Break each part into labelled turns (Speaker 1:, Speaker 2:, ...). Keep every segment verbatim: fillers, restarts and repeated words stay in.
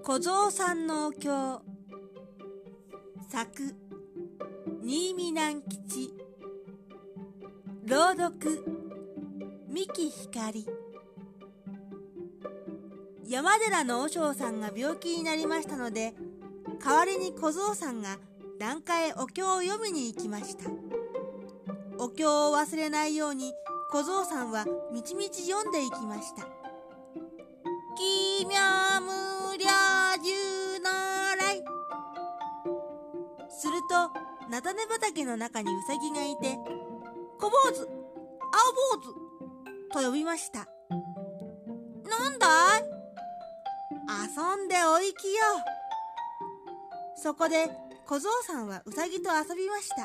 Speaker 1: 小僧さんのお経。作新見南吉。朗読三木ひかり。山寺の和尚さんが病気になりましたので、代わりに小僧さんが檀家へお経を読みに行きました。お経を忘れないように小僧さんはみちみち読んでいきました。きみゃむりゃじゅならい。すると菜種畑の中にウサギがいて、小坊主、青坊主と呼びました。なんだい？遊んでおいきよ。そこで小僧さんはウサギと遊びました。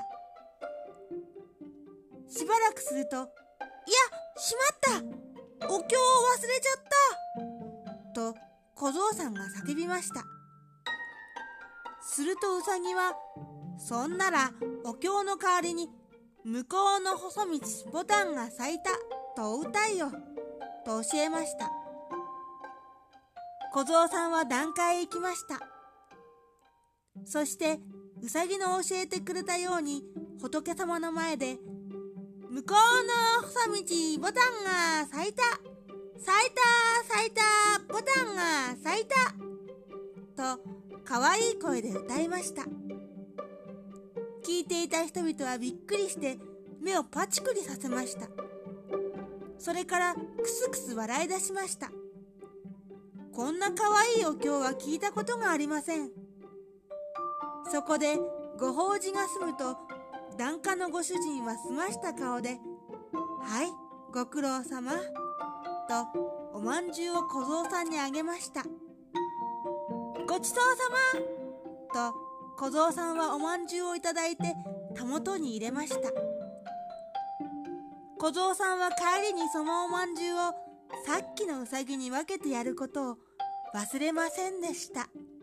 Speaker 1: しばらくすると、いや、しまった、お経を忘れちゃったと小僧さんが叫びました。するとウサギは、そんならお経の代わりに向こうの細道ボタンが咲いたとお歌いよと教えました。小僧さんは檀家へ行きました。そしてウサギの教えてくれたように仏様の前で、向こうの細道ボタンが咲いた、咲いた咲いたボタンが咲いたとかわいい声で歌いました。聞いていた人々はびっくりして目をパチクリさせました。それからクスクス笑い出しました。こんなかわいいお経は聞いたことがありません。そこでご法事が済むと、檀家のご主人は澄ました顔で、はい、ご苦労様とおまんじゅうを小僧さんにあげました。ごちそうさまと小僧さんはおまんじゅうをいただいてたもとに入れました。小僧さんは帰りにそのおまんじゅうをさっきのうさぎに分けてやることを忘れませんでした。